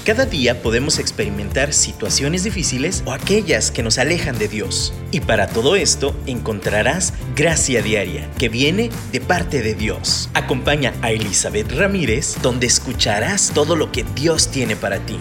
Cada día podemos experimentar situaciones difíciles o aquellas que nos alejan de Dios. Y para todo esto encontrarás gracia diaria que viene de parte de Dios. Acompaña a Elizabeth Ramírez, donde escucharás todo lo que Dios tiene para ti.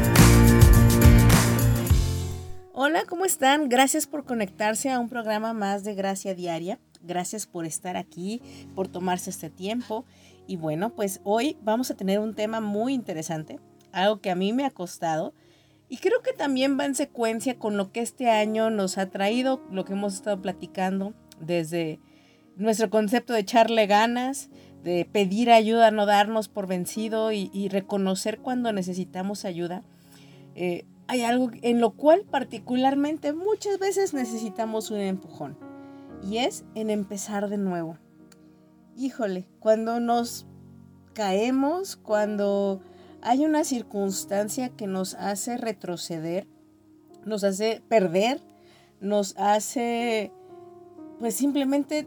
Hola, ¿cómo están? Gracias por conectarse a un programa más de Gracia Diaria. Gracias por estar aquí, por tomarse este tiempo. Y bueno, pues hoy vamos a tener un tema muy interesante, algo que a mí me ha costado y creo que también va en secuencia con lo que este año nos ha traído, lo que hemos estado platicando desde nuestro concepto de echarle ganas, de pedir ayuda, no darnos por vencido y reconocer cuando necesitamos ayuda. Hay algo en lo cual particularmente muchas veces necesitamos un empujón y es en empezar de nuevo. Híjole, cuando nos caemos, cuando hay una circunstancia que nos hace retroceder, nos hace perder, nos hace pues simplemente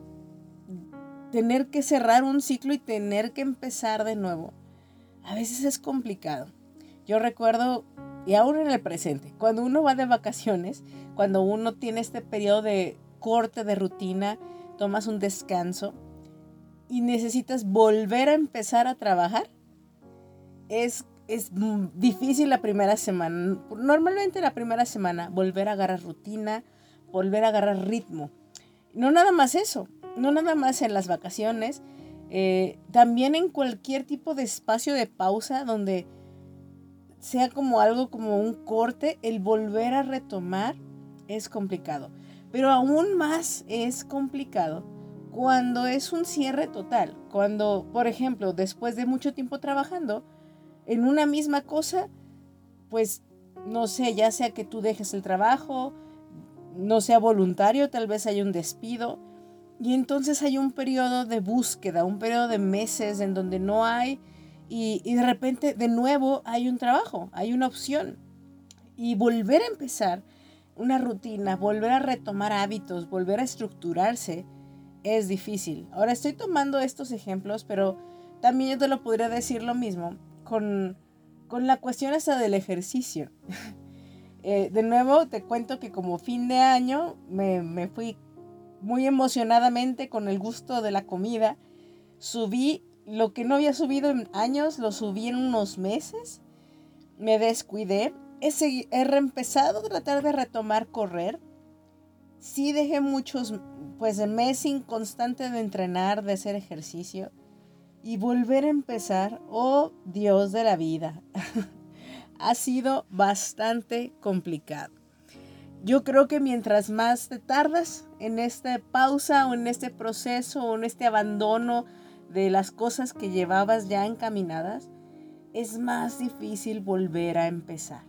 tener que cerrar un ciclo y tener que empezar de nuevo. A veces es complicado. Yo recuerdo, y aún en el presente, cuando uno va de vacaciones, cuando uno tiene este periodo de corte de rutina, tomas un descanso y necesitas volver a empezar a trabajar, es difícil la primera semana. Normalmente la primera semana volver a agarrar rutina, volver a agarrar ritmo. No nada más eso, no nada más en las vacaciones, también en cualquier tipo de espacio de pausa donde sea como algo como un corte, el volver a retomar es complicado. Pero aún más es complicado cuando es un cierre total. Cuando, por ejemplo, después de mucho tiempo trabajando en una misma cosa, pues no sé, ya sea que tú dejes el trabajo, no sea voluntario, tal vez haya un despido, y entonces hay un periodo de búsqueda, un periodo de meses en donde no hay, y de repente de nuevo hay un trabajo, hay una opción, y volver a empezar una rutina, volver a retomar hábitos, volver a estructurarse, es difícil. Ahora estoy tomando estos ejemplos, pero también yo te lo podría decir lo mismo con la cuestión hasta del ejercicio. De nuevo te cuento que como fin de año me fui muy emocionadamente con el gusto de la comida. Subí lo que no había subido en años, lo subí en unos meses. Me descuidé. He reempezado a tratar de retomar correr. Sí dejé muchos, pues el mes inconstante de entrenar, de hacer ejercicio. Y volver a empezar, oh Dios de la vida, ha sido bastante complicado. Yo creo que mientras más te tardas en esta pausa o en este proceso o en este abandono de las cosas que llevabas ya encaminadas, es más difícil volver a empezar.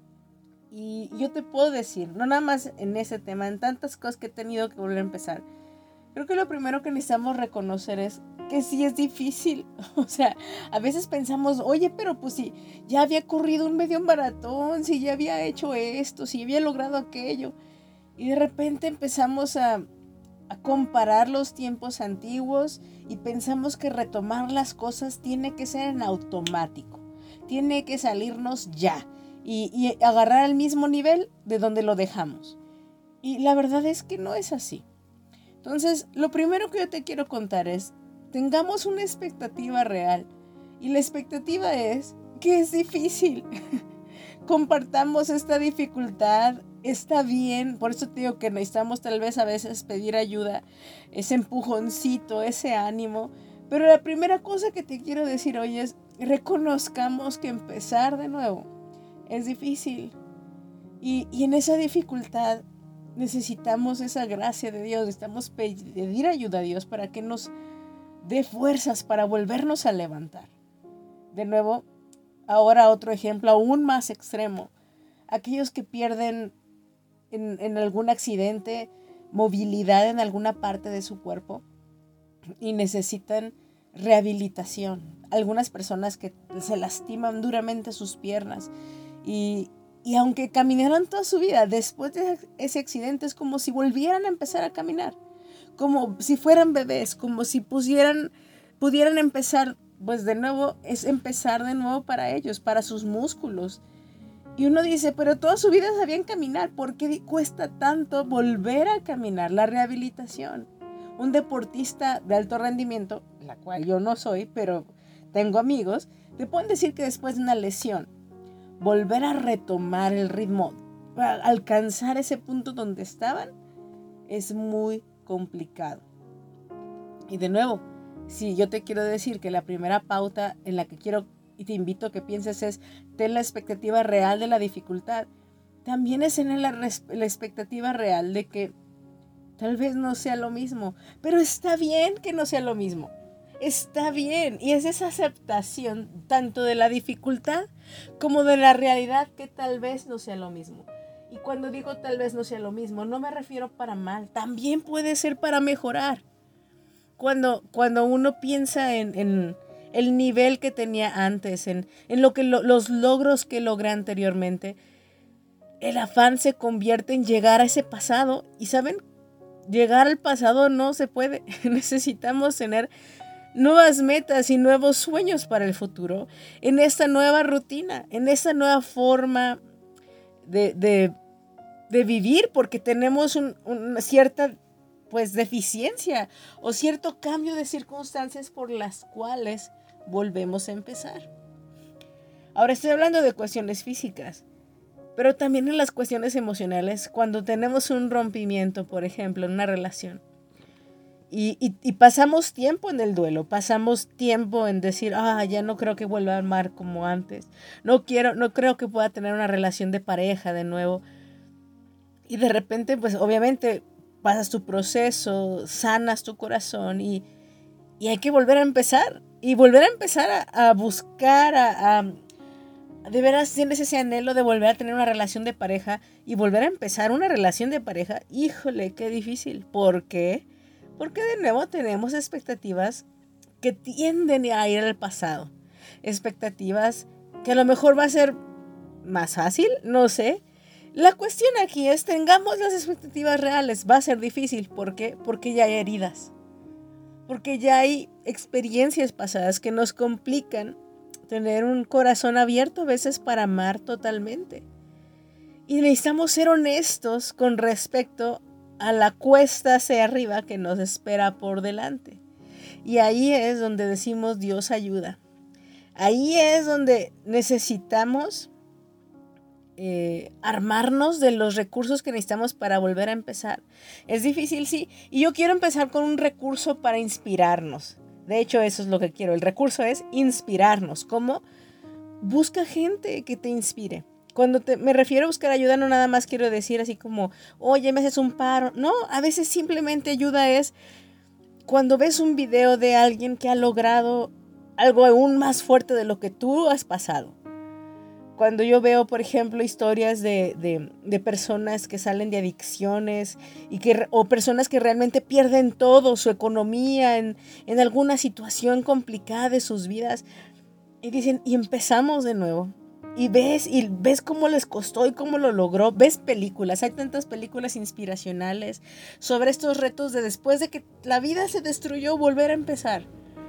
Y yo te puedo decir, no nada más en ese tema, en tantas cosas que he tenido que volver a empezar, creo que lo primero que necesitamos reconocer es que sí es difícil. O sea, a veces pensamos, oye, pero pues si ya había corrido un medio maratón, si ya había hecho esto, si había logrado aquello. Y de repente empezamos a comparar los tiempos antiguos y pensamos que retomar las cosas tiene que ser en automático. Tiene que salirnos ya y agarrar el mismo nivel de donde lo dejamos. Y la verdad es que no es así. Entonces, lo primero que yo te quiero contar es, tengamos una expectativa real. Y la expectativa es que es difícil. Compartamos esta dificultad, está bien. Por eso te digo que necesitamos tal vez a veces pedir ayuda, ese empujoncito, ese ánimo. Pero la primera cosa que te quiero decir hoy es, reconozcamos que empezar de nuevo es difícil. Y en esa dificultad necesitamos esa gracia de Dios, necesitamos pedir ayuda a Dios para que nos dé fuerzas para volvernos a levantar. De nuevo, ahora otro ejemplo aún más extremo. Aquellos que pierden en algún accidente movilidad en alguna parte de su cuerpo y necesitan rehabilitación. Algunas personas que se lastiman duramente sus piernas y aunque caminaron toda su vida, después de ese accidente es como si volvieran a empezar a caminar, como si fueran bebés, como si pudieran empezar pues de nuevo es empezar de nuevo para ellos, para sus músculos. Y uno dice, pero toda su vida sabían caminar, ¿por qué cuesta tanto volver a caminar? La rehabilitación. Un deportista de alto rendimiento, la cual yo no soy, pero tengo amigos, te pueden decir que después de una lesión, volver a retomar el ritmo, para alcanzar ese punto donde estaban, es muy complicado. Y de nuevo, si yo te quiero decir que la primera pauta en la que quiero y te invito a que pienses es ten la expectativa real de la dificultad, también es tener la expectativa real de que tal vez no sea lo mismo, pero está bien que no sea lo mismo. Está bien, y es esa aceptación tanto de la dificultad como de la realidad que tal vez no sea lo mismo. Y cuando digo tal vez no sea lo mismo, no me refiero para mal, también puede ser para mejorar. Cuando uno piensa en el nivel que tenía antes, en lo que los logros que logré anteriormente, el afán se convierte en llegar a ese pasado. Y ¿saben? Llegar al pasado no se puede. Necesitamos tener nuevas metas y nuevos sueños para el futuro, en esta nueva rutina, en esta nueva forma de vivir, porque tenemos una cierta pues deficiencia o cierto cambio de circunstancias por las cuales volvemos a empezar. Ahora estoy hablando de cuestiones físicas, pero también en las cuestiones emocionales, cuando tenemos un rompimiento, por ejemplo, en una relación. Y pasamos tiempo en el duelo, pasamos tiempo en decir, ya no creo que vuelva a amar como antes, no creo que pueda tener una relación de pareja de nuevo. Y de repente, pues obviamente pasas tu proceso, sanas tu corazón y hay que volver a empezar. Y volver a empezar a buscar, de veras tienes ese anhelo de volver a tener una relación de pareja y volver a empezar una relación de pareja. Híjole, qué difícil. ¿Por qué? Porque de nuevo tenemos expectativas que tienden a ir al pasado. Expectativas que a lo mejor va a ser más fácil, no sé. La cuestión aquí es tengamos las expectativas reales. Va a ser difícil. ¿Por qué? Porque ya hay heridas. Porque ya hay experiencias pasadas que nos complican tener un corazón abierto a veces para amar totalmente. Y necesitamos ser honestos con respecto a la cuesta hacia arriba que nos espera por delante. Y ahí es donde decimos Dios ayuda. Ahí es donde necesitamos armarnos de los recursos que necesitamos para volver a empezar. Es difícil, sí. Y yo quiero empezar con un recurso para inspirarnos. De hecho, eso es lo que quiero. El recurso es inspirarnos. ¿Cómo? Busca gente que te inspire. Cuando me refiero a buscar ayuda, no nada más quiero decir así como, oye, me haces un paro. No, a veces simplemente ayuda es cuando ves un video de alguien que ha logrado algo aún más fuerte de lo que tú has pasado. Cuando yo veo, por ejemplo, historias de personas que salen de adicciones o personas que realmente pierden todo, su economía en alguna situación complicada de sus vidas y dicen, y empezamos de nuevo. Y ves cómo les costó y cómo lo logró. Ves películas, hay tantas películas inspiracionales sobre estos retos de después de que la vida se destruyó, volver a empezar.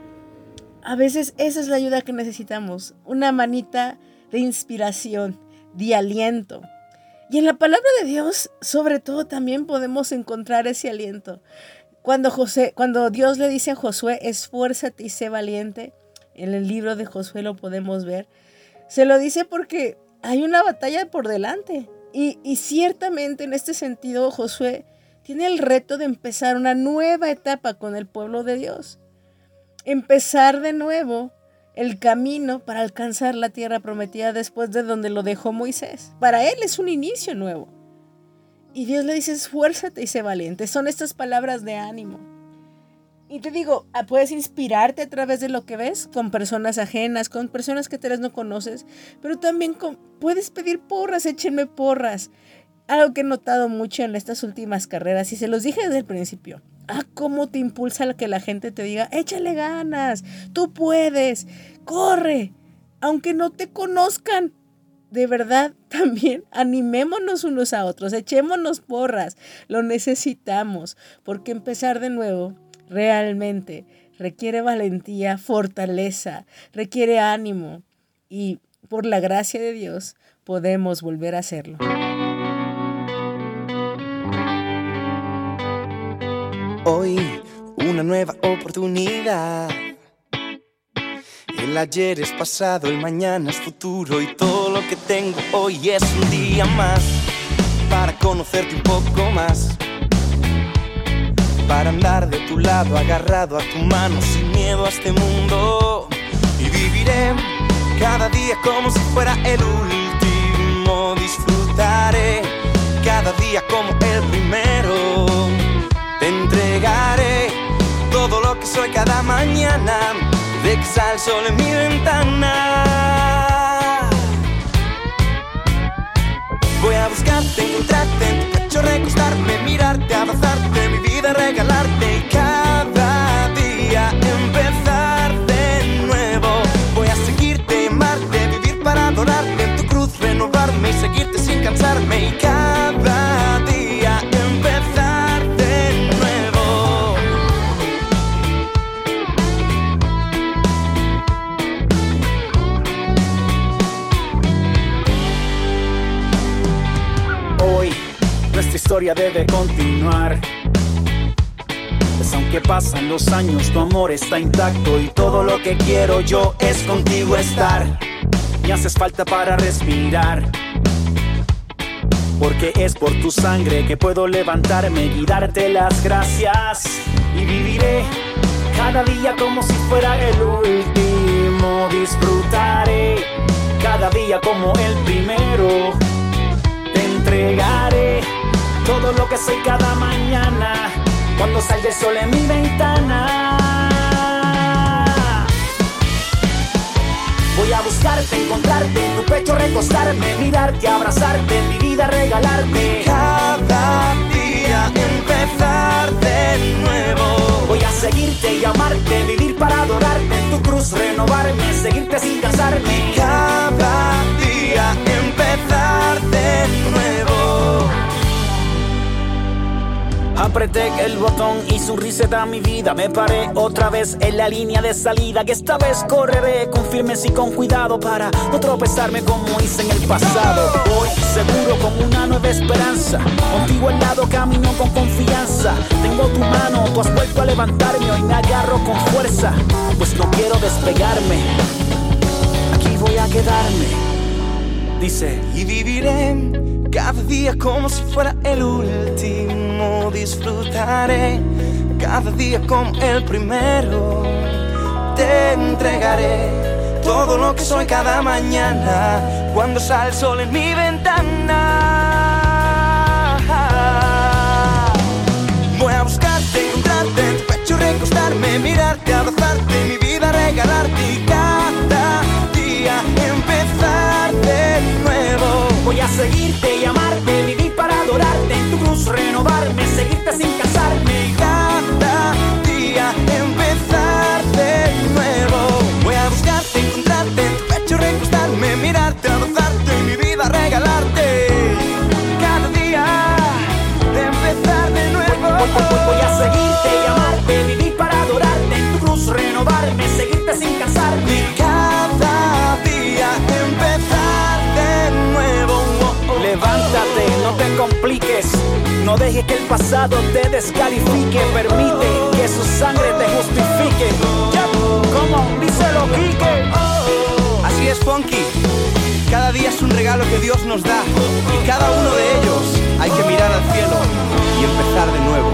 A veces esa es la ayuda que necesitamos, una manita de inspiración, de aliento. Y en la palabra de Dios, sobre todo, también podemos encontrar ese aliento. Cuando Dios le dice a Josué, esfuérzate y sé valiente, en el libro de Josué lo podemos ver. Se lo dice porque hay una batalla por delante. Y ciertamente en este sentido Josué tiene el reto de empezar una nueva etapa con el pueblo de Dios. Empezar de nuevo el camino para alcanzar la tierra prometida después de donde lo dejó Moisés. Para él es un inicio nuevo. Y Dios le dice, esfuérzate y sé valiente. Son estas palabras de ánimo. Y te digo, puedes inspirarte a través de lo que ves, con personas ajenas, con personas que tal vez no conoces, pero también puedes pedir porras, échenme porras. Algo que he notado mucho en estas últimas carreras, y se los dije desde el principio, cómo te impulsa que la gente te diga, échale ganas, tú puedes, corre, aunque no te conozcan. De verdad, también animémonos unos a otros, echémonos porras, lo necesitamos, porque empezar de nuevo realmente requiere valentía, fortaleza, requiere ánimo y por la gracia de Dios podemos volver a hacerlo. Hoy una nueva oportunidad. El ayer es pasado, el mañana es futuro y todo lo que tengo hoy es un día más para conocerte un poco más, para andar de tu lado agarrado a tu mano sin miedo a este mundo. Y viviré cada día como si fuera el último. Disfrutaré cada día como el primero. Te entregaré todo lo que soy cada mañana, de que sale el sol en mi ventana. Voy a buscarte, encontrarte, en tu pecho recostarme, mirarte, abrazarte, mi vida regalarte y cada día empezar de nuevo. Voy a seguirte, amarte, vivir para adorarte, en tu cruz renovarme y seguirte sin cansarme y cada día empezar de nuevo. Hoy nuestra historia debe continuar. Pues aunque pasan los años, tu amor está intacto y todo lo que quiero yo es contigo estar. Me haces falta para respirar, porque es por tu sangre que puedo levantarme y darte las gracias. Y viviré cada día como si fuera el último. Disfrutaré cada día como el primero. Te entregaré todo lo que soy cada mañana, cuando salga el sol en mi ventana. Voy a buscarte, encontrarte, en tu pecho recostarme, mirarte, abrazarte, mi vida regalarte. Cada día empezar de nuevo. Voy a seguirte y amarte, vivir para adorarte, en tu cruz renovarme, seguirte sin cansarme. Cada día empezar de nuevo. Apreté el botón y su reset a mi vida. Me paré otra vez en la línea de salida, que esta vez correré con firmes y con cuidado para no tropezarme como hice en el pasado. Voy seguro con una nueva esperanza, contigo al lado camino con confianza. Tengo tu mano, tú has vuelto a levantarme, hoy me agarro con fuerza, pues no quiero despegarme. Aquí voy a quedarme, dice. Y viviré cada día como si fuera el último. Disfrutaré cada día como el primero. Te entregaré todo lo que soy cada mañana, cuando sale el sol en mi ventana. Voy a buscarte, encontrarte, en tu pecho recostarme, mirarte, abrazarte, mi vida regalarte y cada día empezar de nuevo. Voy a seguirte y amarte, vivir para adorarte, en tu cruz renovarme, seguirte sin cansarme. Cada día empezar de nuevo. Voy a buscarte, encontrarte, en tu pecho recostarme, mirarte, abrazarte y mi vida regalarte. Cada día empezar de nuevo. Voy a seguirte y amarte, vivir para adorarte, en tu cruz renovarme, seguirte sin cansarme. Y cada día empezar de nuevo. Levántate, no te compliques, no dejes que el pasado te descalifique, permite que su sangre te justifique. Como díselo, Quique. Así es, Funky. Cada día es un regalo que Dios nos da y cada uno de ellos hay que mirar al cielo y empezar de nuevo.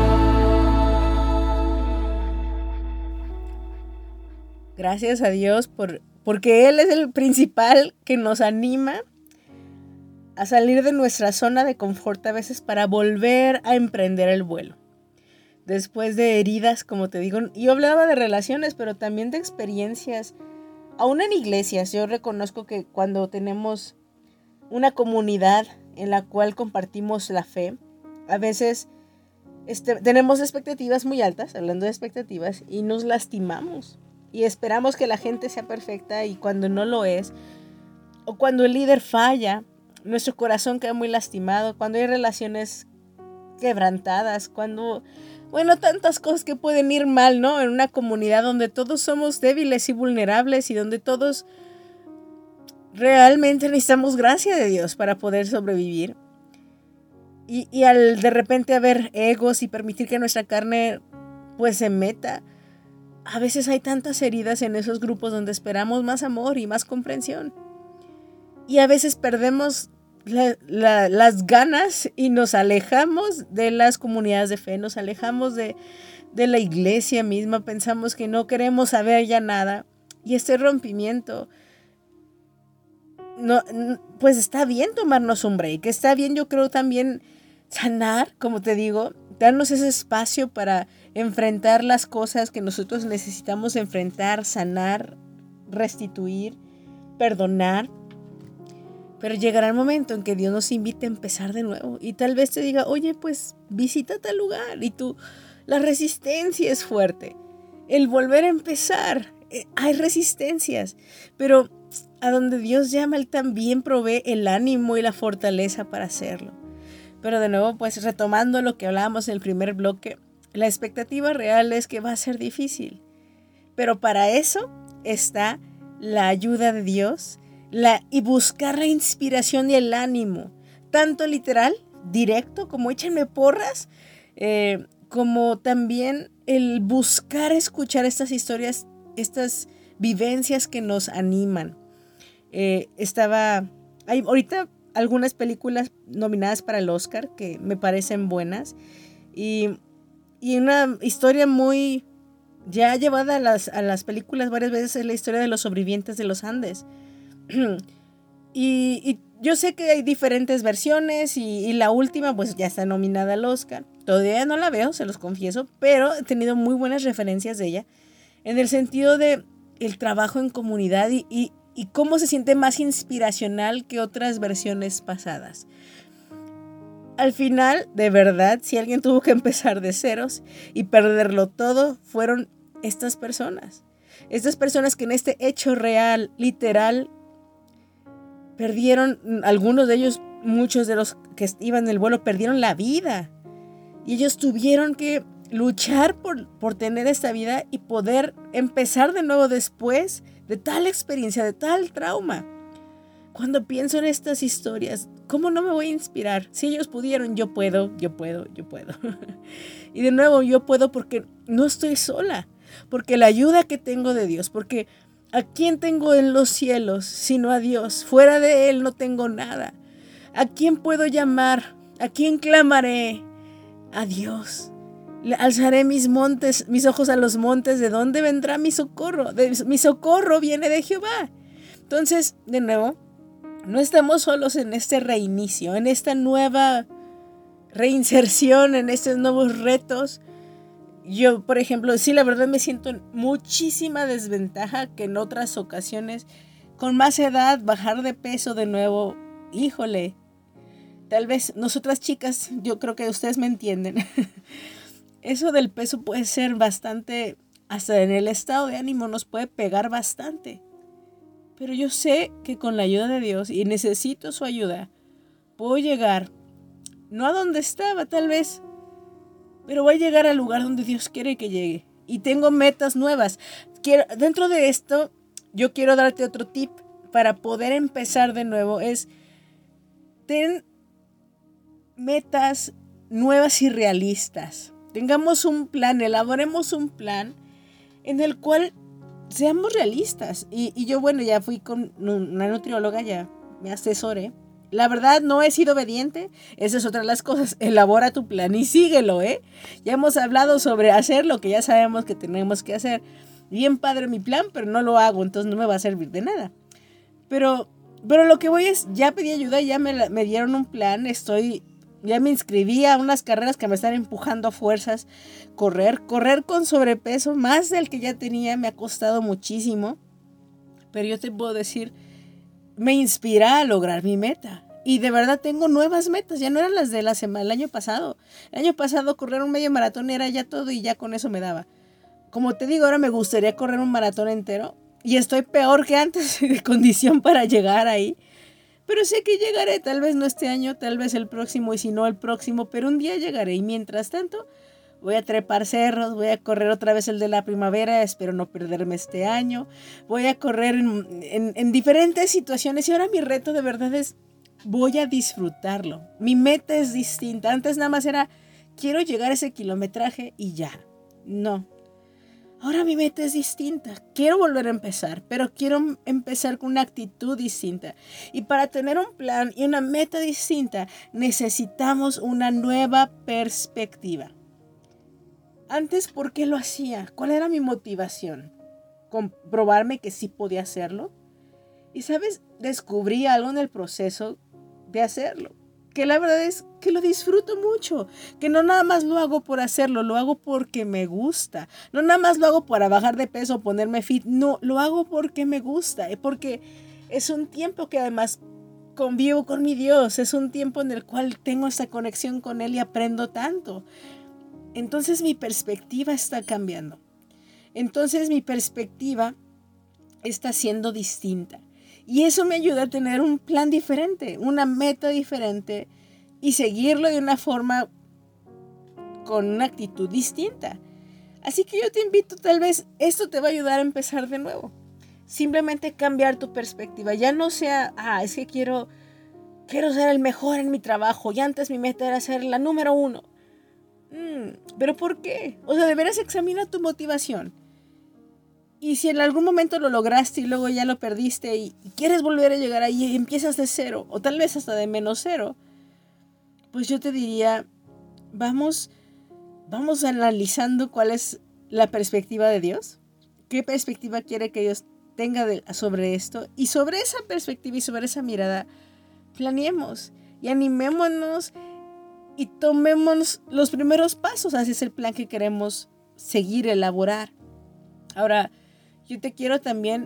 Gracias a Dios porque Él es el principal que nos anima a salir de nuestra zona de confort a veces para volver a emprender el vuelo. Después de heridas, como te digo, yo hablaba de relaciones, pero también de experiencias, aún en iglesias. Yo reconozco que cuando tenemos una comunidad en la cual compartimos la fe, a veces tenemos expectativas muy altas, hablando de expectativas, y nos lastimamos. Y esperamos que la gente sea perfecta y cuando no lo es, o cuando el líder falla, nuestro corazón queda muy lastimado. Cuando hay relaciones quebrantadas, cuando, bueno, tantas cosas que pueden ir mal, ¿no? En una comunidad donde todos somos débiles y vulnerables y donde todos realmente necesitamos gracia de Dios para poder sobrevivir. Y al de repente haber egos y permitir que nuestra carne pues se meta, a veces hay tantas heridas en esos grupos donde esperamos más amor y más comprensión. Y a veces perdemos las ganas y nos alejamos de las comunidades de fe, nos alejamos de la iglesia misma, pensamos que no queremos saber ya nada. Y este rompimiento, no, pues está bien tomarnos un break, está bien, yo creo, también sanar, como te digo, darnos ese espacio para enfrentar las cosas que nosotros necesitamos enfrentar, sanar, restituir, perdonar. Pero llegará el momento en que Dios nos invite a empezar de nuevo y tal vez te diga, oye, pues visita tal lugar, y tú, la resistencia es fuerte. El volver a empezar, hay resistencias, pero a donde Dios llama, Él también provee el ánimo y la fortaleza para hacerlo. Pero de nuevo, pues retomando lo que hablábamos en el primer bloque, la expectativa real es que va a ser difícil. Pero para eso está la ayuda de Dios y buscar la inspiración y el ánimo, tanto literal, directo, como échenme porras, como también el buscar escuchar estas historias, estas vivencias que nos animan. Hay ahorita algunas películas nominadas para el Oscar que me parecen buenas y una historia muy ya llevada a las películas varias veces es la historia de los sobrevivientes de los Andes. Y yo sé que hay diferentes versiones y la última pues ya está nominada al Oscar. Todavía no la veo, se los confieso, pero he tenido muy buenas referencias de ella en el sentido de el trabajo en comunidad y cómo se siente más inspiracional que otras versiones pasadas. Al final, de verdad, si alguien tuvo que empezar de ceros y perderlo todo, fueron estas personas. Estas personas que en este hecho real, literal, perdieron, algunos de ellos, muchos de los que iban en el vuelo, perdieron la vida. Y ellos tuvieron que luchar por tener esta vida y poder empezar de nuevo después de tal experiencia, de tal trauma. Cuando pienso en estas historias, ¿cómo no me voy a inspirar? Si ellos pudieron, yo puedo. Y de nuevo, yo puedo porque no estoy sola, porque la ayuda que tengo de Dios, porque ¿a quién tengo en los cielos sino a Dios? Fuera de Él no tengo nada. ¿A quién puedo llamar? ¿A quién clamaré? A Dios. Le alzaré mis ojos a los montes. ¿De dónde vendrá mi socorro? Mi socorro viene de Jehová. Entonces, de nuevo, no estamos solos en este reinicio, en esta nueva reinserción, en estos nuevos retos. Yo, por ejemplo, sí, la verdad me siento en muchísima desventaja que en otras ocasiones, con más edad, bajar de peso de nuevo, híjole, tal vez nosotras chicas, yo creo que ustedes me entienden, eso del peso puede ser bastante, hasta en el estado de ánimo nos puede pegar bastante, pero yo sé que con la ayuda de Dios, y necesito su ayuda, puedo llegar, no a donde estaba tal vez, pero voy a llegar al lugar donde Dios quiere que llegue. Y tengo metas nuevas. Dentro de esto, yo quiero darte otro tip para poder empezar de nuevo. Ten metas nuevas y realistas. Tengamos un plan, elaboremos un plan en el cual seamos realistas. Y yo, bueno, ya fui con una nutrióloga, ya me asesoré. La verdad, no he sido obediente. Esa es otra de las cosas. Elabora tu plan y síguelo, ¿eh? Ya hemos hablado sobre hacer lo que ya sabemos que tenemos que hacer. Bien padre mi plan, pero no lo hago, entonces no me va a servir de nada. Pero lo que voy es, ya pedí ayuda, ya me dieron un plan. Ya me inscribí a unas carreras que me están empujando a fuerzas. Correr con sobrepeso, más del que ya tenía, me ha costado muchísimo. Pero yo te puedo decir, me inspira a lograr mi meta. Y de verdad tengo nuevas metas. Ya no eran las de la semana, el año pasado. El año pasado correr un medio maratón era ya todo y ya con eso me daba. Como te digo, ahora me gustaría correr un maratón entero. Y estoy peor que antes de condición para llegar ahí. pero sé que llegaré, tal vez no este año, tal vez el próximo, y si no el próximo, pero un día llegaré. Y mientras tanto, voy a trepar cerros, voy a correr otra vez el de la primavera, espero no perderme este año, voy a correr en diferentes situaciones, y ahora mi reto de verdad es, voy a disfrutarlo. Mi meta es distinta. Antes nada más era, quiero llegar a ese kilometraje y ya. No. Ahora mi meta es distinta. Quiero volver a empezar, pero quiero empezar con una actitud distinta. Y para tener un plan y una meta distinta, necesitamos una nueva perspectiva. Antes, ¿por qué lo hacía? ¿Cuál era mi motivación? ¿Comprobarme que sí podía hacerlo? Y, ¿sabes? Descubrí algo en el proceso de hacerlo. Que la verdad es que lo disfruto mucho, que no nada más lo hago por hacerlo, lo hago porque me gusta. No nada más lo hago para bajar de peso o ponerme fit, no, lo hago porque me gusta, porque es un tiempo que además convivo con mi Dios, es un tiempo en el cual tengo esta conexión con Él y aprendo tanto. Entonces mi perspectiva está cambiando. Entonces mi perspectiva está siendo distinta. Y eso me ayuda a tener un plan diferente, una meta diferente y seguirlo de una forma con una actitud distinta. Así que yo te invito, tal vez esto te va a ayudar a empezar de nuevo. Simplemente cambiar tu perspectiva. Ya no sea, es que quiero ser el mejor en mi trabajo. Y antes mi meta era ser la número 1. ¿Pero por qué? O sea, de veras examina tu motivación. Y si en algún momento lo lograste y luego ya lo perdiste y quieres volver a llegar ahí y empiezas de 0 o tal vez hasta de -0, pues yo te diría, vamos analizando cuál es la perspectiva de Dios, qué perspectiva quiere que Dios tenga sobre esto, y sobre esa perspectiva y sobre esa mirada planeemos y animémonos y tomemos los primeros pasos hacia ese plan que queremos seguir, elaborar. Ahora, yo te quiero también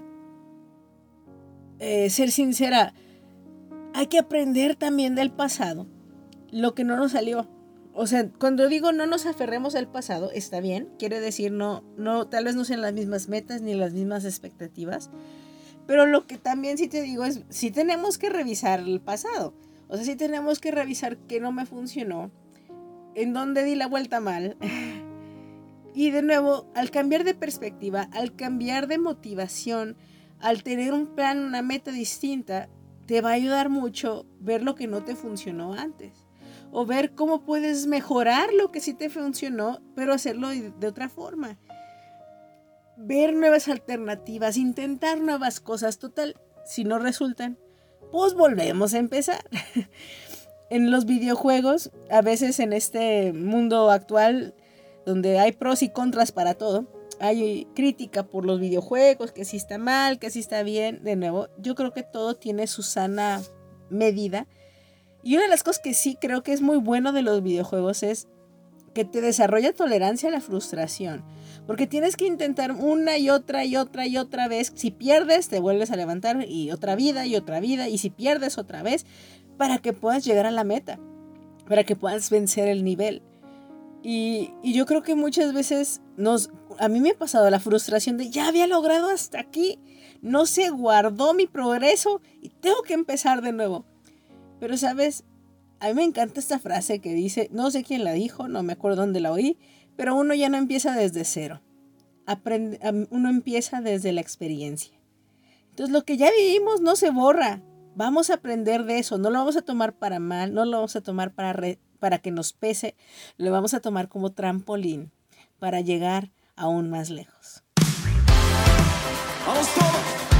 ser sincera. Hay que aprender también del pasado, lo que no nos salió. O sea, cuando digo no nos aferremos al pasado, está bien. Quiere decir no, tal vez no sean las mismas metas ni las mismas expectativas. Pero lo que también sí te digo es, sí tenemos que revisar el pasado. O sea, sí tenemos que revisar qué no me funcionó, en dónde di la vuelta mal. Y de nuevo, al cambiar de perspectiva, al cambiar de motivación, al tener un plan, una meta distinta, te va a ayudar mucho ver lo que no te funcionó antes. O ver cómo puedes mejorar lo que sí te funcionó, pero hacerlo de otra forma. Ver nuevas alternativas, intentar nuevas cosas. Total, si no resultan, pues volvemos a empezar. En los videojuegos, a veces en este mundo actual, donde hay pros y contras para todo, hay crítica por los videojuegos, que si está mal, que si está bien. De nuevo, yo creo que todo tiene su sana medida. Y una de las cosas que sí creo que es muy bueno de los videojuegos es que te desarrolla tolerancia a la frustración. Porque tienes que intentar una y otra vez. Si pierdes, te vuelves a levantar y otra vida. Y si pierdes otra vez, para que puedas llegar a la meta, para que puedas vencer el nivel. Y yo creo que muchas veces a mí me ha pasado la frustración de ya había logrado hasta aquí, no se guardó mi progreso y tengo que empezar de nuevo. Pero sabes, a mí me encanta esta frase que dice, no sé quién la dijo, no me acuerdo dónde la oí, pero uno ya no empieza desde 0, uno empieza desde la experiencia. Entonces lo que ya vivimos no se borra, vamos a aprender de eso, no lo vamos a tomar para mal, no lo vamos a tomar para que nos pese, lo vamos a tomar como trampolín para llegar aún más lejos. ¡Vamos todos!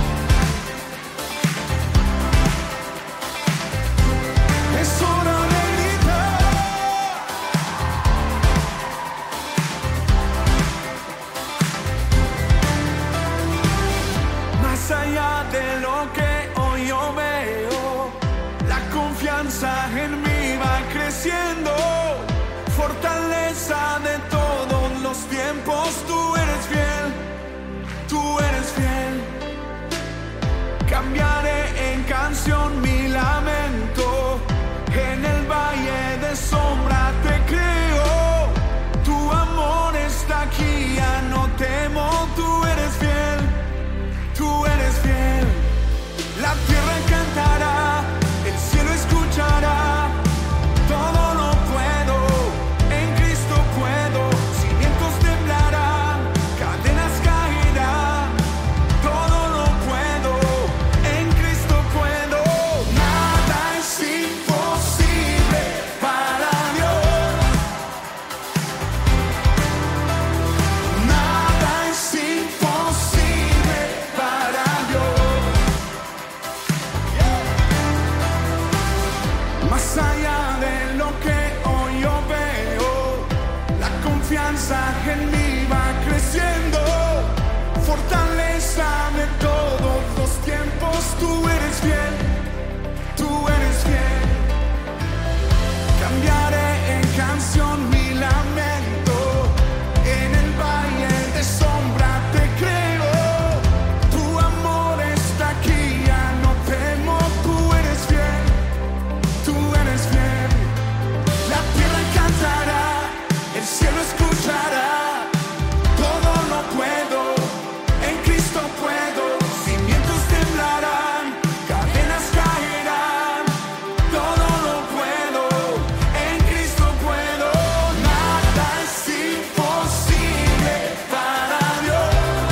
Es hora de gritar. Más allá de lo que hoy yo veo, la confianza en mí va creciendo. Fortaleza de todos los tiempos, tú eres fiel, tú eres fiel. Cambiaré en canción mi lamento, en el valle de sombra te creo. Tu amor está aquí, ya no temo, tú eres fiel, tú eres fiel. La tierra cantará confianza en mí va creciendo, fortaleza de todos los tiempos. Tú eres fiel, tú eres fiel. Cambiaré en canción mi lamento, en el valle de sombra te creo. Tu amor está aquí, ya no temo. Tú eres fiel, tú eres fiel. La tierra cantará, el cielo escuchará. Todo lo puedo, en Cristo puedo. Cimientos temblarán, cadenas caerán. Todo lo puedo, en Cristo puedo. Nada es imposible para Dios.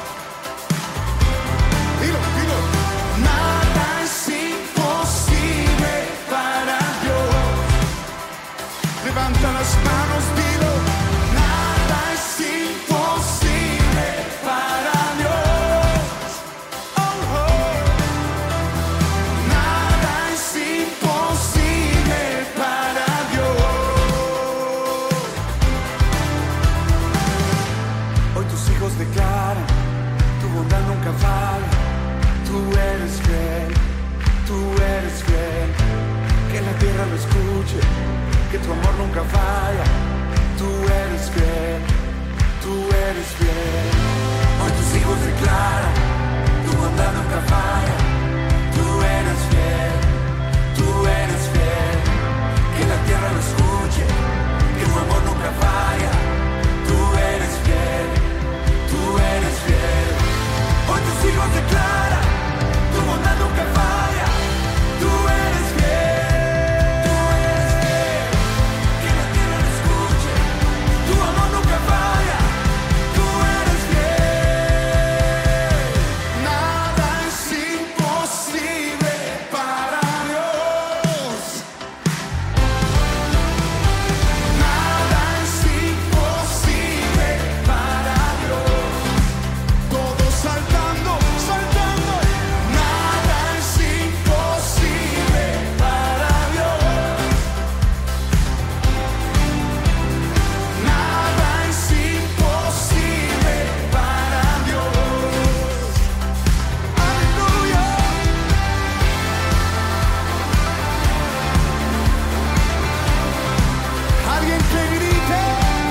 Dilo, dilo. Nada es imposible para Dios. Levanta las manos, dilo. Nada es imposible para Dios. Oh, oh. Nada es imposible para Dios. Hoy tus hijos declaran, tu bondad nunca falla. Tú eres fiel, tú eres fiel. Que la tierra lo escuche, que tu amor nunca falla. Tú eres fiel, tú eres fiel. Hoy tus hijos declaran, tu bondad nunca falla. Tú eres fiel, tú eres fiel. Que la tierra lo escuche, que tu amor nunca falla. Tú eres fiel, tú eres fiel. Hoy tus hijos declaran, tu bondad nunca falla. Tú eres fiel, tú eres fiel. Que la tierra lo escuche, tu amor nunca falla. Tú eres fiel. Nada es imposible para Dios. Nada es imposible para Dios. Todos saltando, saltando. Nada es imposible para Dios. Nada es imposible para Dios. Aleluya. Alguien que grite.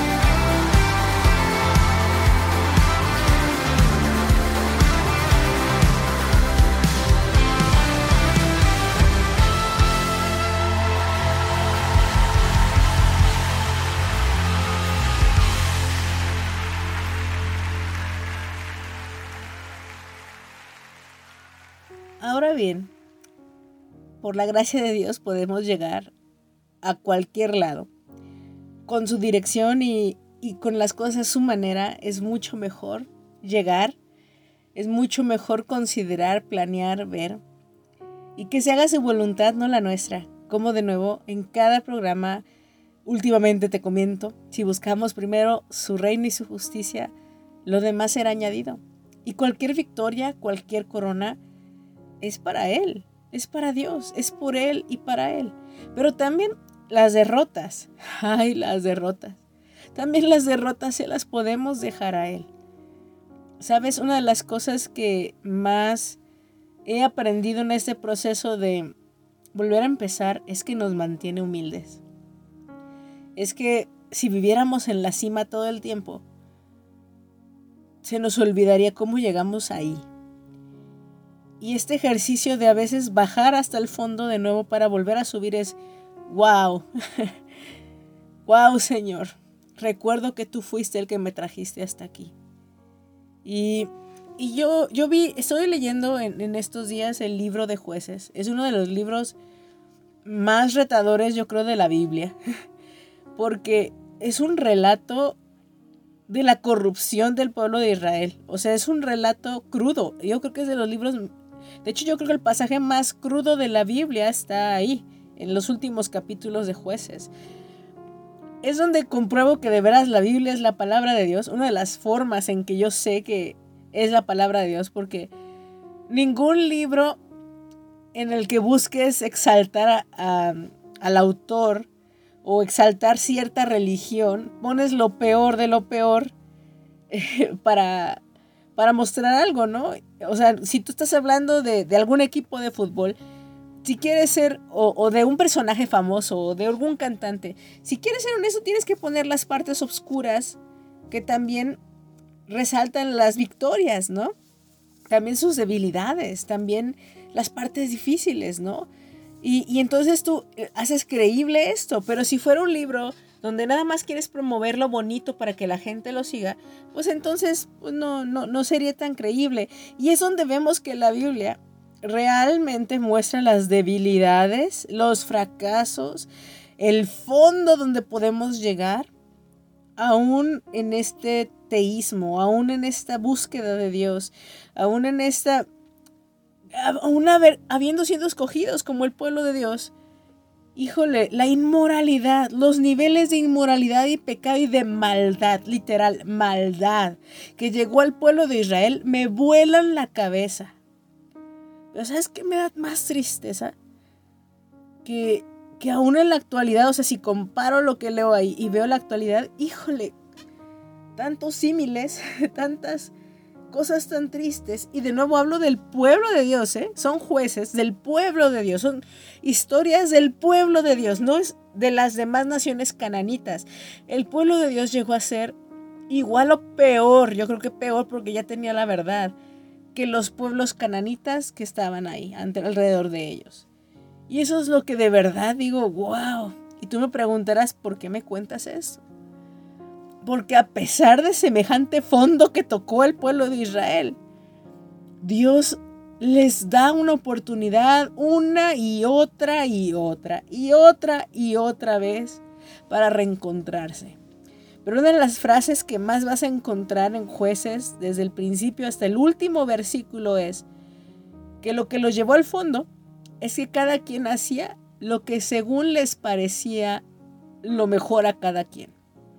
Ahora bien, por la gracia de Dios podemos llegar a cualquier lado. Con su dirección y con las cosas a su manera es mucho mejor llegar, es mucho mejor considerar, planear, ver. Y que se haga su voluntad, no la nuestra. Como de nuevo, en cada programa, últimamente te comento, si buscamos primero su reino y su justicia, lo demás será añadido. Y cualquier victoria, cualquier corona, es para Él, es para Dios, es por Él y para Él. Pero también las derrotas, ay, las derrotas. También las derrotas se las podemos dejar a Él. ¿Sabes? Una de las cosas que más he aprendido en este proceso de volver a empezar es que nos mantiene humildes. Es que si viviéramos en la cima todo el tiempo, se nos olvidaría cómo llegamos ahí. Y este ejercicio de a veces bajar hasta el fondo de nuevo para volver a subir es wow. Wow, Señor. Recuerdo que tú fuiste el que me trajiste hasta aquí. Y yo estoy leyendo en estos días el libro de Jueces. Es uno de los libros más retadores, yo creo, de la Biblia. Porque es un relato de la corrupción del pueblo de Israel. O sea, es un relato crudo. Yo creo que es de los libros... De hecho, yo creo que el pasaje más crudo de la Biblia está ahí, en los últimos capítulos de Jueces. Es donde compruebo que de veras la Biblia es la palabra de Dios. Una de las formas en que yo sé que es la palabra de Dios, porque ningún libro en el que busques exaltar al autor o exaltar cierta religión, pones lo peor de lo peor para mostrar algo, ¿no? O sea, si tú estás hablando de algún equipo de fútbol, si quieres ser, o de un personaje famoso, o de algún cantante, si quieres ser honesto, tienes que poner las partes oscuras que también resaltan las victorias, ¿no? También sus debilidades, también las partes difíciles, ¿no? Y entonces tú haces creíble esto, pero si fuera un libro donde nada más quieres promover lo bonito para que la gente lo siga, pues entonces pues no sería tan creíble. Y es donde vemos que la Biblia realmente muestra las debilidades, los fracasos, el fondo donde podemos llegar, aún en este teísmo, aún en esta búsqueda de Dios, aún en esta, aún habiendo sido escogidos como el pueblo de Dios. Híjole, la inmoralidad, los niveles de inmoralidad y pecado y de maldad, literal, maldad, que llegó al pueblo de Israel, me vuelan la cabeza. Pero ¿sabes qué me da más tristeza? Que aún en la actualidad, o sea, si comparo lo que leo ahí y veo la actualidad, híjole, tantos símiles, tantas cosas tan tristes. Y de nuevo hablo del pueblo de Dios, ¿eh? Son jueces del pueblo de Dios, son historias del pueblo de Dios, no es de las demás naciones cananitas. El pueblo de Dios llegó a ser igual o peor, yo creo que peor porque ya tenía la verdad, que los pueblos cananitas que estaban ahí, alrededor de ellos. Y eso es lo que de verdad digo, wow. Y tú me preguntarás, ¿por qué me cuentas eso? Porque a pesar de semejante fondo que tocó el pueblo de Israel, Dios les da una oportunidad una y otra y otra y otra y otra vez para reencontrarse. Pero una de las frases que más vas a encontrar en Jueces, desde el principio hasta el último versículo, es que lo que los llevó al fondo es que cada quien hacía lo que según les parecía lo mejor a cada quien.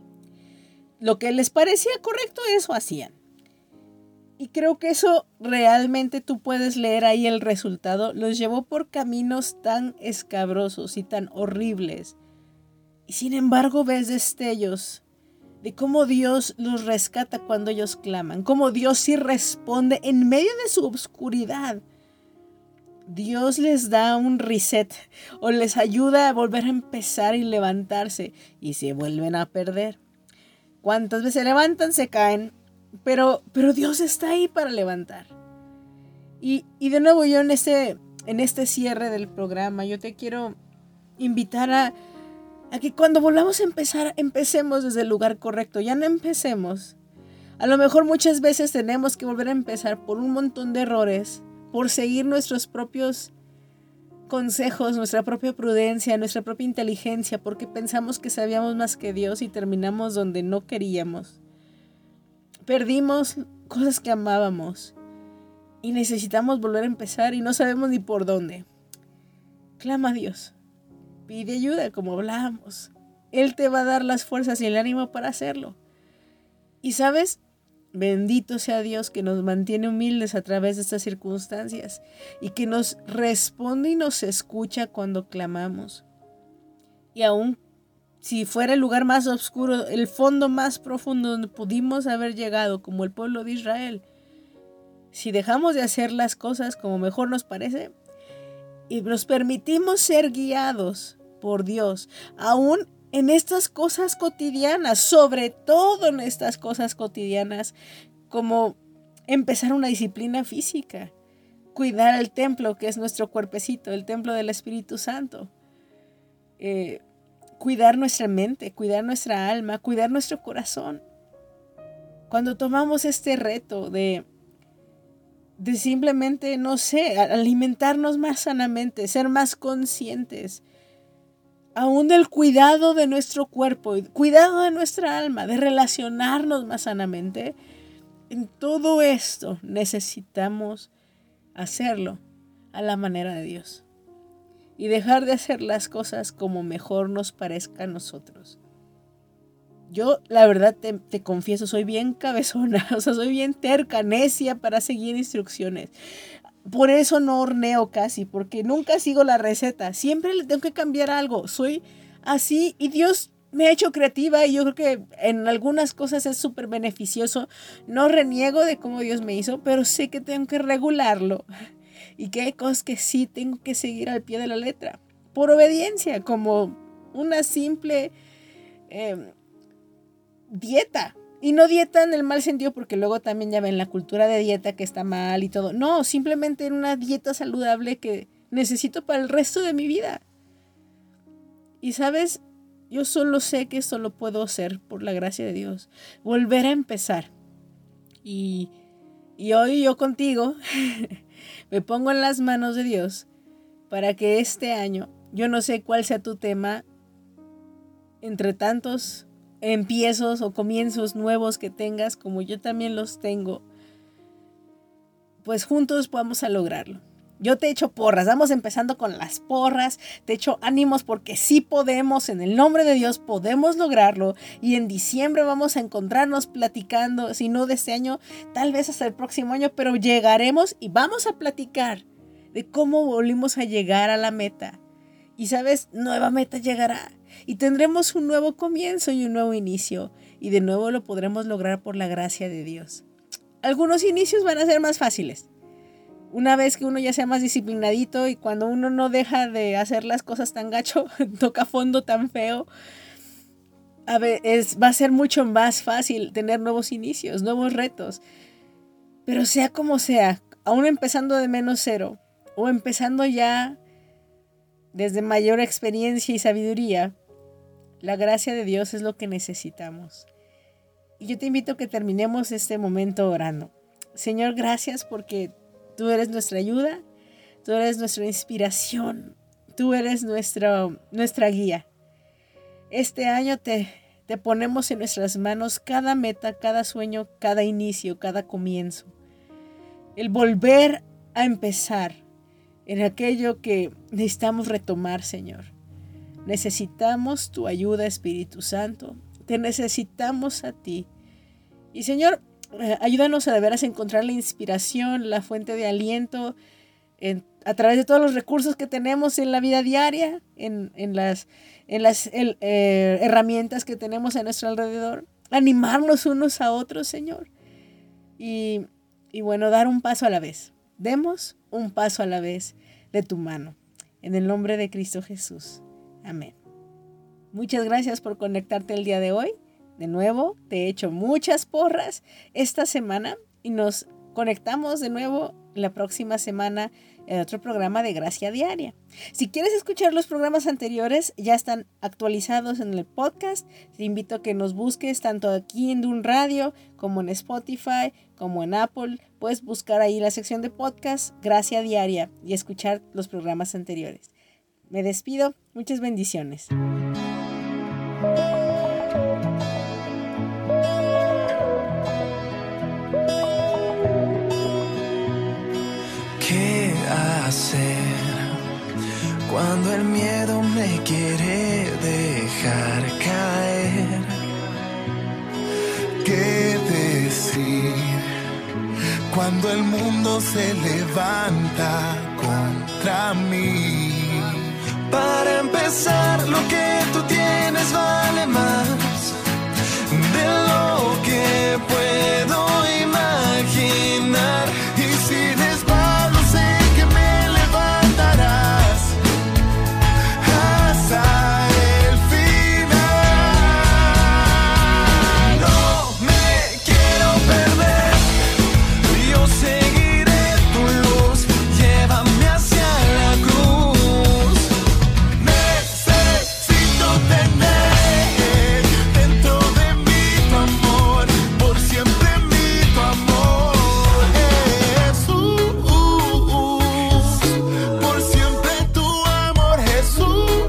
Lo que les parecía correcto, eso hacían. Y creo que eso realmente tú puedes leer ahí el resultado. Los llevó por caminos tan escabrosos y tan horribles. Y sin embargo ves destellos de cómo Dios los rescata cuando ellos claman. Cómo Dios sí responde en medio de su oscuridad. Dios les da un reset o les ayuda a volver a empezar y levantarse. Y se vuelven a perder. Cuántas veces se levantan, se caen, pero Dios está ahí para levantar. Y de nuevo yo en este cierre del programa, yo te quiero invitar a que cuando volvamos a empezar, empecemos desde el lugar correcto. Ya no empecemos. A lo mejor muchas veces tenemos que volver a empezar por un montón de errores, por seguir nuestros propios consejos, nuestra propia prudencia, nuestra propia inteligencia, porque pensamos que sabíamos más que Dios y terminamos donde no queríamos. Perdimos cosas que amábamos y necesitamos volver a empezar y no sabemos ni por dónde. Clama a Dios, pide ayuda como hablábamos. Él te va a dar las fuerzas y el ánimo para hacerlo. Y sabes, bendito sea Dios que nos mantiene humildes a través de estas circunstancias y que nos responde y nos escucha cuando clamamos. Y aún si fuera el lugar más oscuro, el fondo más profundo donde pudimos haber llegado como el pueblo de Israel, si dejamos de hacer las cosas como mejor nos parece y nos permitimos ser guiados por Dios, aún en estas cosas cotidianas, sobre todo en estas cosas cotidianas, como empezar una disciplina física, cuidar el templo que es nuestro cuerpecito, el templo del Espíritu Santo, cuidar nuestra mente, cuidar nuestra alma, cuidar nuestro corazón. Cuando tomamos este reto de simplemente, no sé, alimentarnos más sanamente, ser más conscientes, aún del cuidado de nuestro cuerpo, cuidado de nuestra alma, de relacionarnos más sanamente, en todo esto necesitamos hacerlo a la manera de Dios y dejar de hacer las cosas como mejor nos parezca a nosotros. Yo, la verdad, te confieso, soy bien cabezona, o sea, soy bien terca, necia para seguir instrucciones. Por eso no horneo casi, porque nunca sigo la receta. Siempre le tengo que cambiar algo. Soy así, y Dios me ha hecho creativa y yo creo que en algunas cosas es súper beneficioso. No reniego de cómo Dios me hizo, pero sé que tengo que regularlo y que hay cosas que sí tengo que seguir al pie de la letra, por obediencia, como una simple dieta. Y no dieta en el mal sentido, porque luego también ya ven la cultura de dieta que está mal y todo. No, simplemente en una dieta saludable que necesito para el resto de mi vida. Y sabes, yo solo sé que esto lo puedo hacer por la gracia de Dios. Volver a empezar. Y hoy yo contigo me pongo en las manos de Dios para que este año, yo no sé cuál sea tu tema, entre tantos empiezos o comienzos nuevos que tengas, como yo también los tengo, pues juntos vamos a lograrlo. Yo te echo porras, vamos empezando con las porras, te echo ánimos porque sí podemos, en el nombre de Dios podemos lograrlo, y en diciembre vamos a encontrarnos platicando, si no de este año, tal vez hasta el próximo año, pero llegaremos y vamos a platicar de cómo volvimos a llegar a la meta. Y sabes, nueva meta llegará y tendremos un nuevo comienzo y un nuevo inicio, y de nuevo lo podremos lograr por la gracia de Dios. Algunos inicios van a ser más fáciles. Una vez que uno ya sea más disciplinadito y cuando uno no deja de hacer las cosas tan gacho, toca fondo tan feo, va a ser mucho más fácil tener nuevos inicios, nuevos retos. Pero sea como sea, aún empezando de menos cero o empezando ya desde mayor experiencia y sabiduría, la gracia de Dios es lo que necesitamos. Y yo te invito a que terminemos este momento orando. Señor, gracias porque tú eres nuestra ayuda, tú eres nuestra inspiración, tú eres nuestra guía. Este año te ponemos en nuestras manos cada meta, cada sueño, cada inicio, cada comienzo. El volver a empezar en aquello que necesitamos retomar, Señor. Necesitamos tu ayuda, Espíritu Santo. Te necesitamos a ti. Y Señor, ayúdanos a de veras encontrar la inspiración, la fuente de aliento a través de todos los recursos que tenemos en la vida diaria, en las herramientas que tenemos a nuestro alrededor. Animarnos unos a otros, Señor. Y bueno, dar un paso a la vez. Demos un paso a la vez de tu mano. En el nombre de Cristo Jesús. Amén. Muchas gracias por conectarte el día de hoy. De nuevo, te he hecho muchas porras esta semana y nos conectamos de nuevo la próxima semana en otro programa de Gracia Diaria. Si quieres escuchar los programas anteriores, ya están actualizados en el podcast. Te invito a que nos busques tanto aquí en Dun Radio como en Spotify, como en Apple. Puedes buscar ahí la sección de podcast Gracia Diaria y escuchar los programas anteriores. Me despido. Muchas bendiciones. ¿Qué hacer cuando el miedo me quiere dejar caer? ¿Qué decir cuando el mundo se levanta contra mí? Para empezar, lo que tú tienes vale más de lo que puedo imaginar. Y si resbalo, sé que me levantarás hasta el final. No me quiero perder, yo seguiré tu luz, llévame hacia la cruz. Necesito tener dentro de mí tu amor, por siempre mi tu amor, Jesús, por siempre tu amor, Jesús.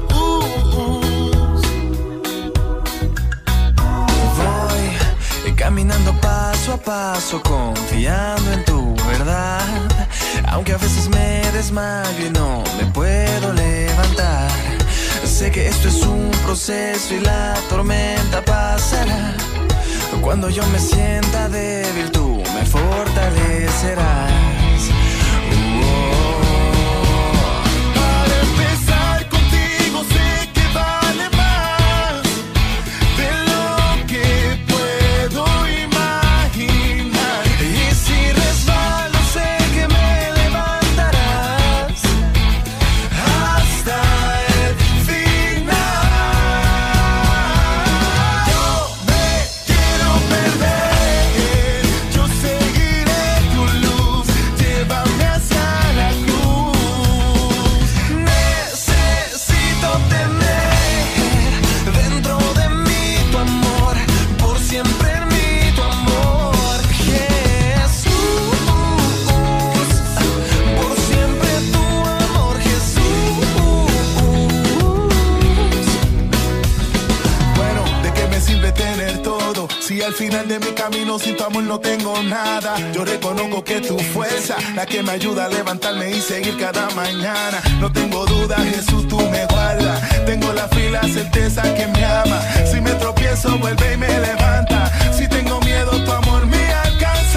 Voy caminando paso a paso, confiando en tu verdad, aunque a veces me desmayo y no me puedo levantar. Sé que esto es un proceso y la tormenta pasará. Cuando yo me sienta débil, tú me fortalecerás. Para empezar contigo sé que vale más todo. Si al final de mi camino sin tu amor no tengo nada, yo reconozco que tu fuerza, la que me ayuda a levantarme y seguir cada mañana. No tengo duda, Jesús, tú me guardas. Tengo la fe y la certeza que me ama. Si me tropiezo, vuelve y me levanta. Si tengo miedo, tu amor me alcanza.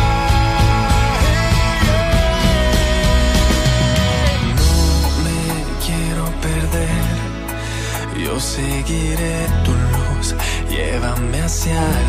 No me quiero perder, yo seguiré tu luz. Llévame hacia